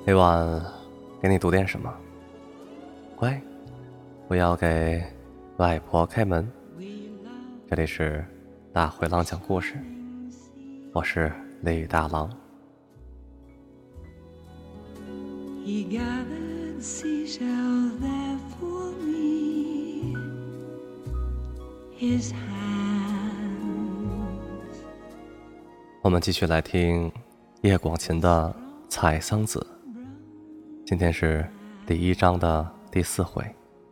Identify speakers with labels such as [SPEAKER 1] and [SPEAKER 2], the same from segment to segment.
[SPEAKER 1] 每晚给你读点什么？乖，不要给外婆开门。这里是大灰狼讲故事，我是李大狼。
[SPEAKER 2] He gathered seashells there for me, his hands.
[SPEAKER 1] 我们继续来听叶广芩的《采桑子》，今天是第1章的第4回。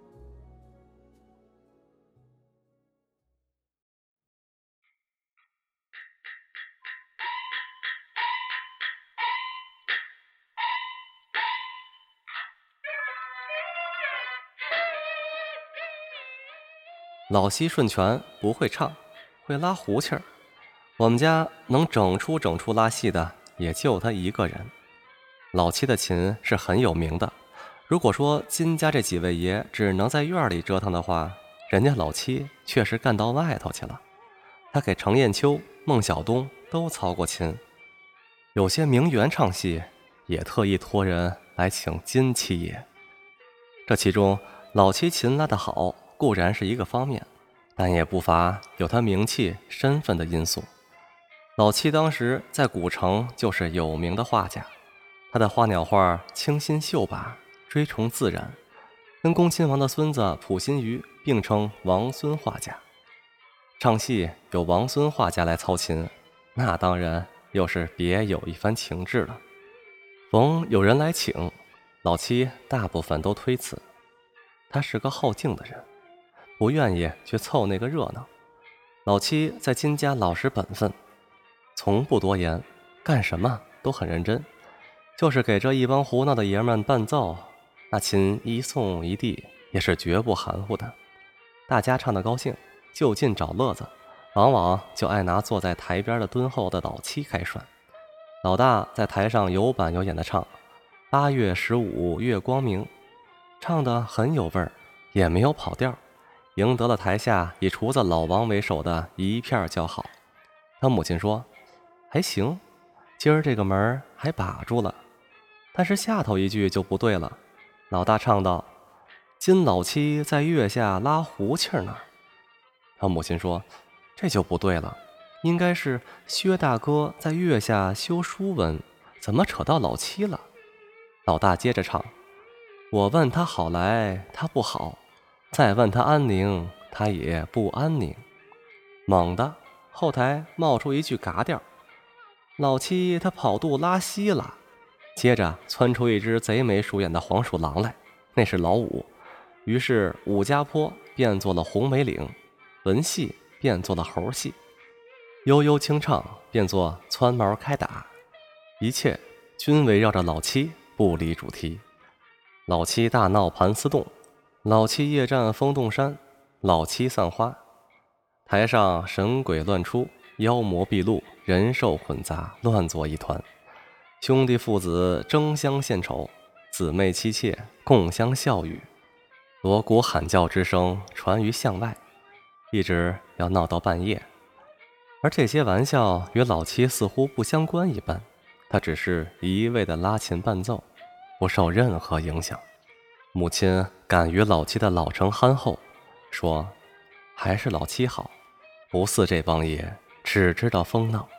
[SPEAKER 1] 老西顺全不会唱，会拉胡琴儿。我们家能整出拉戏的也就他一个人。老七的琴是很有名的，如果说金家这几位爷只能在院里折腾的话，人家老七确实干到外头去了。他给程砚秋、孟小冬都操过琴，有些名媛唱戏也特意托人来请金七爷。这其中老七琴拉得好固然是一个方面，但也不乏有他名气身份的因素。老七当时在古城就是有名的画家，他的花鸟画清新秀拔，追崇自然，跟恭亲王的孙子溥心畬并称王孙画家。唱戏有王孙画家来操琴，那当然又是别有一番情致了。逢有人来请，老七大部分都推辞。他是个好静的人，不愿意去凑那个热闹。老七在金家老实本分，从不多言，干什么都很认真，就是给这一帮胡闹的爷们伴奏，那琴一送一递也是绝不含糊的。大家唱得高兴，就近找乐子，往往就爱拿坐在台边的敦厚的老七开涮。老大在台上有板有眼的唱8月15月光明，唱得很有味儿，也没有跑调，赢得了台下以厨子老王为首的一片叫好。他母亲说还行，今儿这个门还把住了。但是下头一句就不对了，老大唱道：今老七在月下拉胡气呢。他母亲说这就不对了，应该是薛大哥在月下修书文，怎么扯到老七了？老大接着唱：我问他好来他不好，再问他安宁他也不安宁。猛地后台冒出一句嘎调：老七他跑肚拉稀了。接着窜出一只贼眉鼠眼的黄鼠狼来，那是老五。于是武家坡变作了红梅岭，文戏变作了猴戏，悠悠清唱变作窜毛开打，一切均围绕着老七不离主题。老七大闹盘丝洞，老七夜战风洞山，老七散花。台上神鬼乱出，妖魔毕露，人兽混杂，乱作一团。兄弟父子争相献丑，姊妹妻妾共相笑语。锣鼓喊叫之声传于巷外，一直要闹到半夜。而这些玩笑与老七似乎不相关一般，他只是一味的拉琴伴奏，不受任何影响。母亲感于老七的老成憨厚，说还是老七好，不似这帮爷只知道疯闹。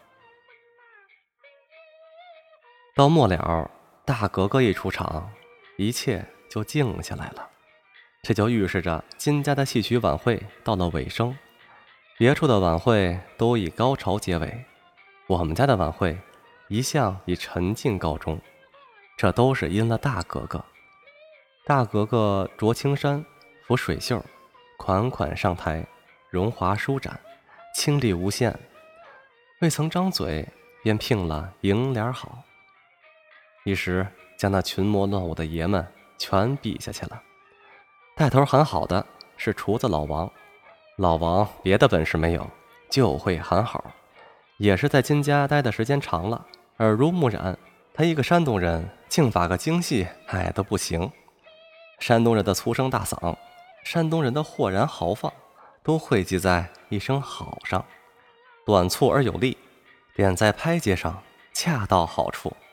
[SPEAKER 1] 到末了，大格格一出场，一切就静下来了。这就预示着金家的戏曲晚会到了尾声。别处的晚会都以高潮结尾，我们家的晚会一向以沉静告终，这都是因了大格格。大格格着青衫，拂水袖，款款上台，荣华舒展，清丽无限，未曾张嘴便聘了楹联好，一时将那群魔乱舞的爷们全比下去了。带头喊好的是厨子老王，老王别的本事没有，就会喊好，也是在金家待的时间长了，耳濡目染。他一个山东人，竟把个京戏都不行。山东人的粗声大嗓，山东人的豁然豪放，都汇集在一声好上，短促而有力，点在拍接上，恰到好处。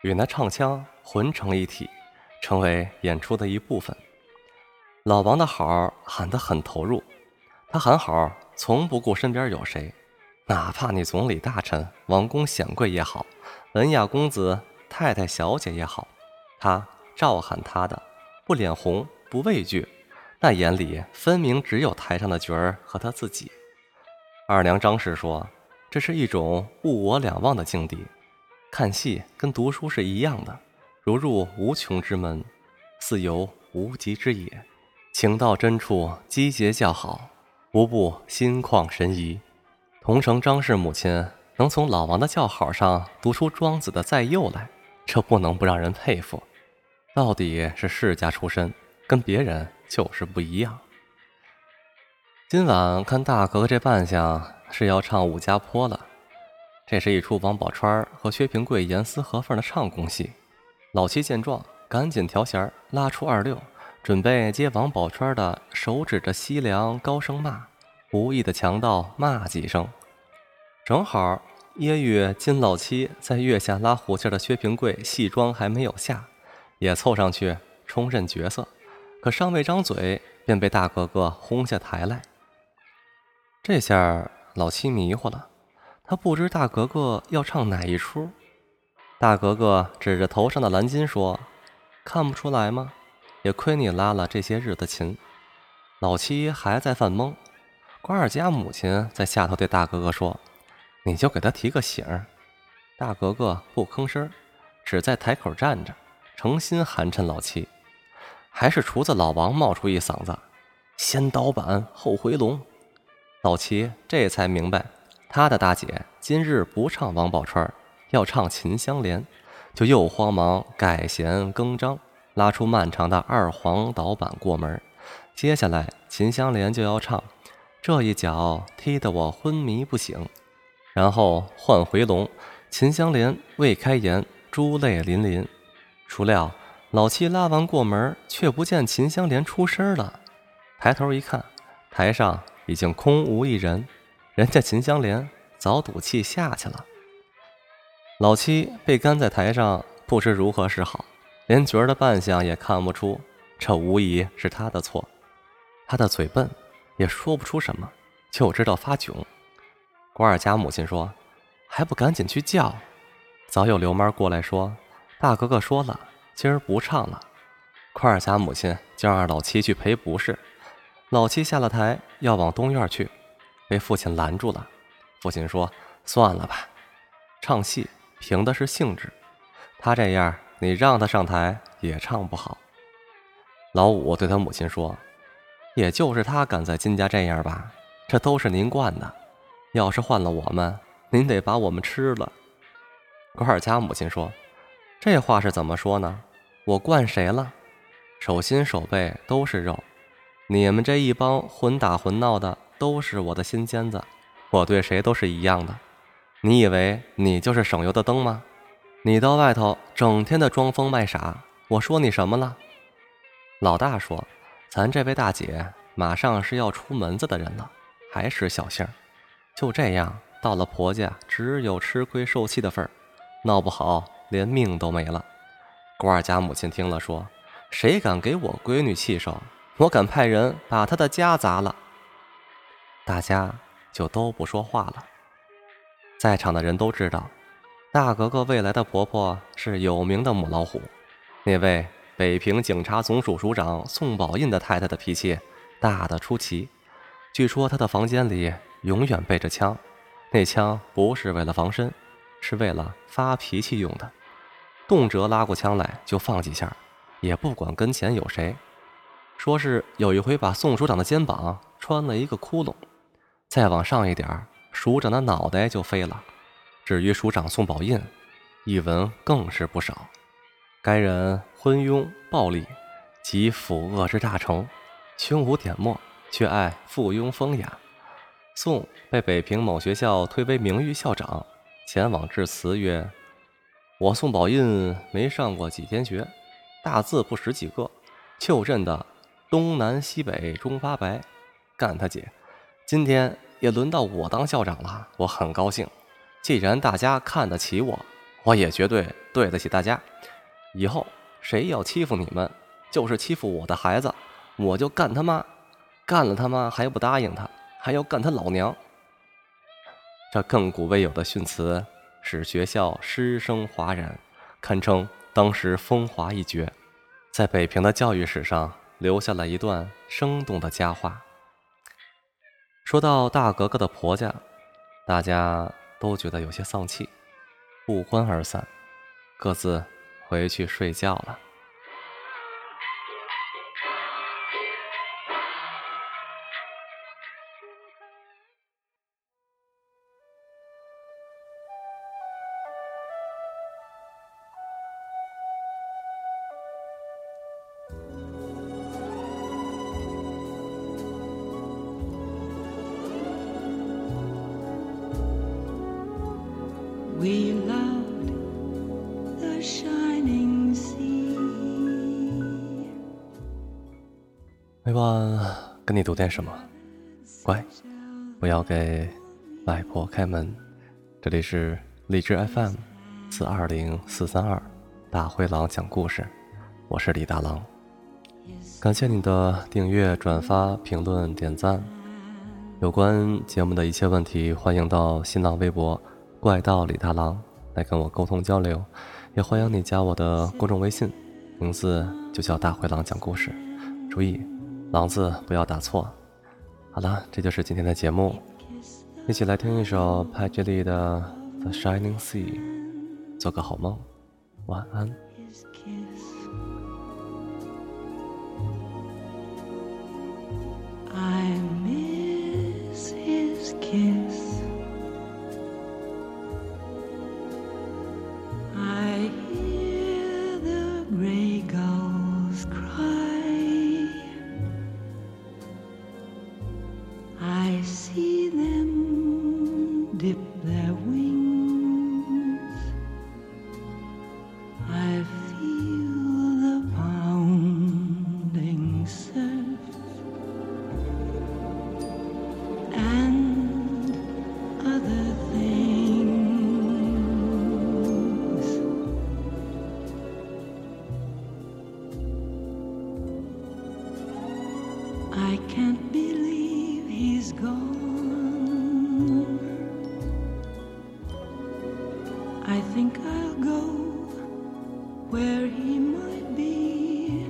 [SPEAKER 1] 与那唱腔混成一体，成为演出的一部分。老王的好喊得很投入，他喊好从不顾身边有谁，哪怕你总理大臣、王公显贵也好，文雅公子、太太小姐也好，他照喊他的，不脸红，不畏惧，那眼里分明只有台上的角儿和他自己。二娘张氏说，这是一种物我两忘的境地，看戏跟读书是一样的，如入无穷之门，似游无极之野，情到真处，机节较好，无不心旷神怡。同城张氏母亲能从老王的叫好上读出庄子的在右来，这不能不让人佩服。到底是世家出身，跟别人就是不一样。今晚看大格格这扮相是要唱武家坡了，这是一出王宝钏和薛平贵严丝合缝的唱功戏。老七见状，赶紧调弦拉出二六，准备接王宝钏的手指着西凉高声骂，无意的强盗骂几声。正好揶揄金老七在月下拉胡琴的薛平贵戏妆还没有下，也凑上去充任角色，可尚未张嘴，便被大格格轰下台来。这下老七迷糊了，他不知大格格要唱哪一出。大格格指着头上的蓝巾说，看不出来吗？也亏你拉了这些日的琴。老七还在犯懵，关二家母亲在下头对大格格说，你就给他提个醒。大格格不吭声，只在台口站着，诚心寒碜老七。还是厨子老王冒出一嗓子，先刀板后回笼。老七这才明白，他的大姐今日不唱王宝钏，要唱秦香莲，就又慌忙改弦更张，拉出漫长的二黄导板过门。接下来秦香莲就要唱，这一脚踢得我昏迷不醒，然后换回笼，秦香莲未开言，珠泪淋淋。孰料老七拉完过门，却不见秦香莲出声了。抬头一看，台上已经空无一人，人家秦香莲早赌气下去了。老七被干在台上，不知如何是好，连角儿的扮相也看不出，这无疑是他的错。他的嘴笨，也说不出什么，就知道发窘。关二家母亲说，还不赶紧去叫。早有刘妈过来说，大格格说了，今儿不唱了。关二家母亲就让老七去赔不是。老七下了台要往东院去，被父亲拦住了。父亲说，算了吧，唱戏凭的是兴致，他这样你让他上台也唱不好。老五对他母亲说，也就是他敢在金家这样吧，这都是您惯的，要是换了我们，您得把我们吃了。关二家母亲说，这话是怎么说呢？我惯谁了？手心手背都是肉，你们这一帮混打混闹的都是我的心尖子，我对谁都是一样的。你以为你就是省油的灯吗？你到外头整天的装疯卖傻，我说你什么了？老大说，咱这位大姐马上是要出门子的人了，还是小性，就这样到了婆家只有吃亏受气的份儿，闹不好连命都没了。关二家母亲听了说，谁敢给我闺女气受，我敢派人把她的家砸了。大家就都不说话了。在场的人都知道，大格格未来的婆婆是有名的母老虎。那位北平警察总署署长宋宝印的太太的脾气大得出奇，据说她的房间里永远备着枪，那枪不是为了防身，是为了发脾气用的，动辄拉过枪来就放几下，也不管跟前有谁。说是有一回把宋署长的肩膀穿了一个窟窿，再往上一点，署长的脑袋就飞了。至于署长宋宝印，一闻更是不少。该人昏庸暴力，集腐恶之大成，胸无点墨，却爱附庸风雅。宋被北平某学校推为名誉校长，前往致辞曰，我宋宝印没上过几天学，大字不识几个，就认得东南西北中发白。干他姐，今天也轮到我当校长了，我很高兴。既然大家看得起我， 我也绝对对得起大家。以后谁要欺负你们，就是欺负我的孩子，我就干他妈，干了他妈还不答应他，还要干他老娘。这亘古未有的训词使学校师生哗然，堪称当时风华一绝，在北平的教育史上留下了一段生动的佳话。说到大格格的婆家，大家都觉得有些丧气，不欢而散，各自回去睡觉了。
[SPEAKER 2] We loved the shining sea.
[SPEAKER 1] 每晚跟你读点什么？乖，不要给外婆开门。这里是荔枝 FM420432大灰狼讲故事，我是李大狼。感谢你的订阅、转发、评论、点赞。有关节目的一切问题，欢迎到新浪微博怪盗李大狼来跟我沟通交流，也欢迎你加我的公众微信，名字就叫大灰狼讲故事，注意狼字不要打错。好了，这就是今天的节目，一起来听一首派吉利的 The Shining Sea， 做个好梦，晚安。
[SPEAKER 2] I miss his kiss. I hear the gray gulls cry. I see them dip their wings. I feel the pounding surf and other things. I can't believe he's gone. I think I'll go where he might be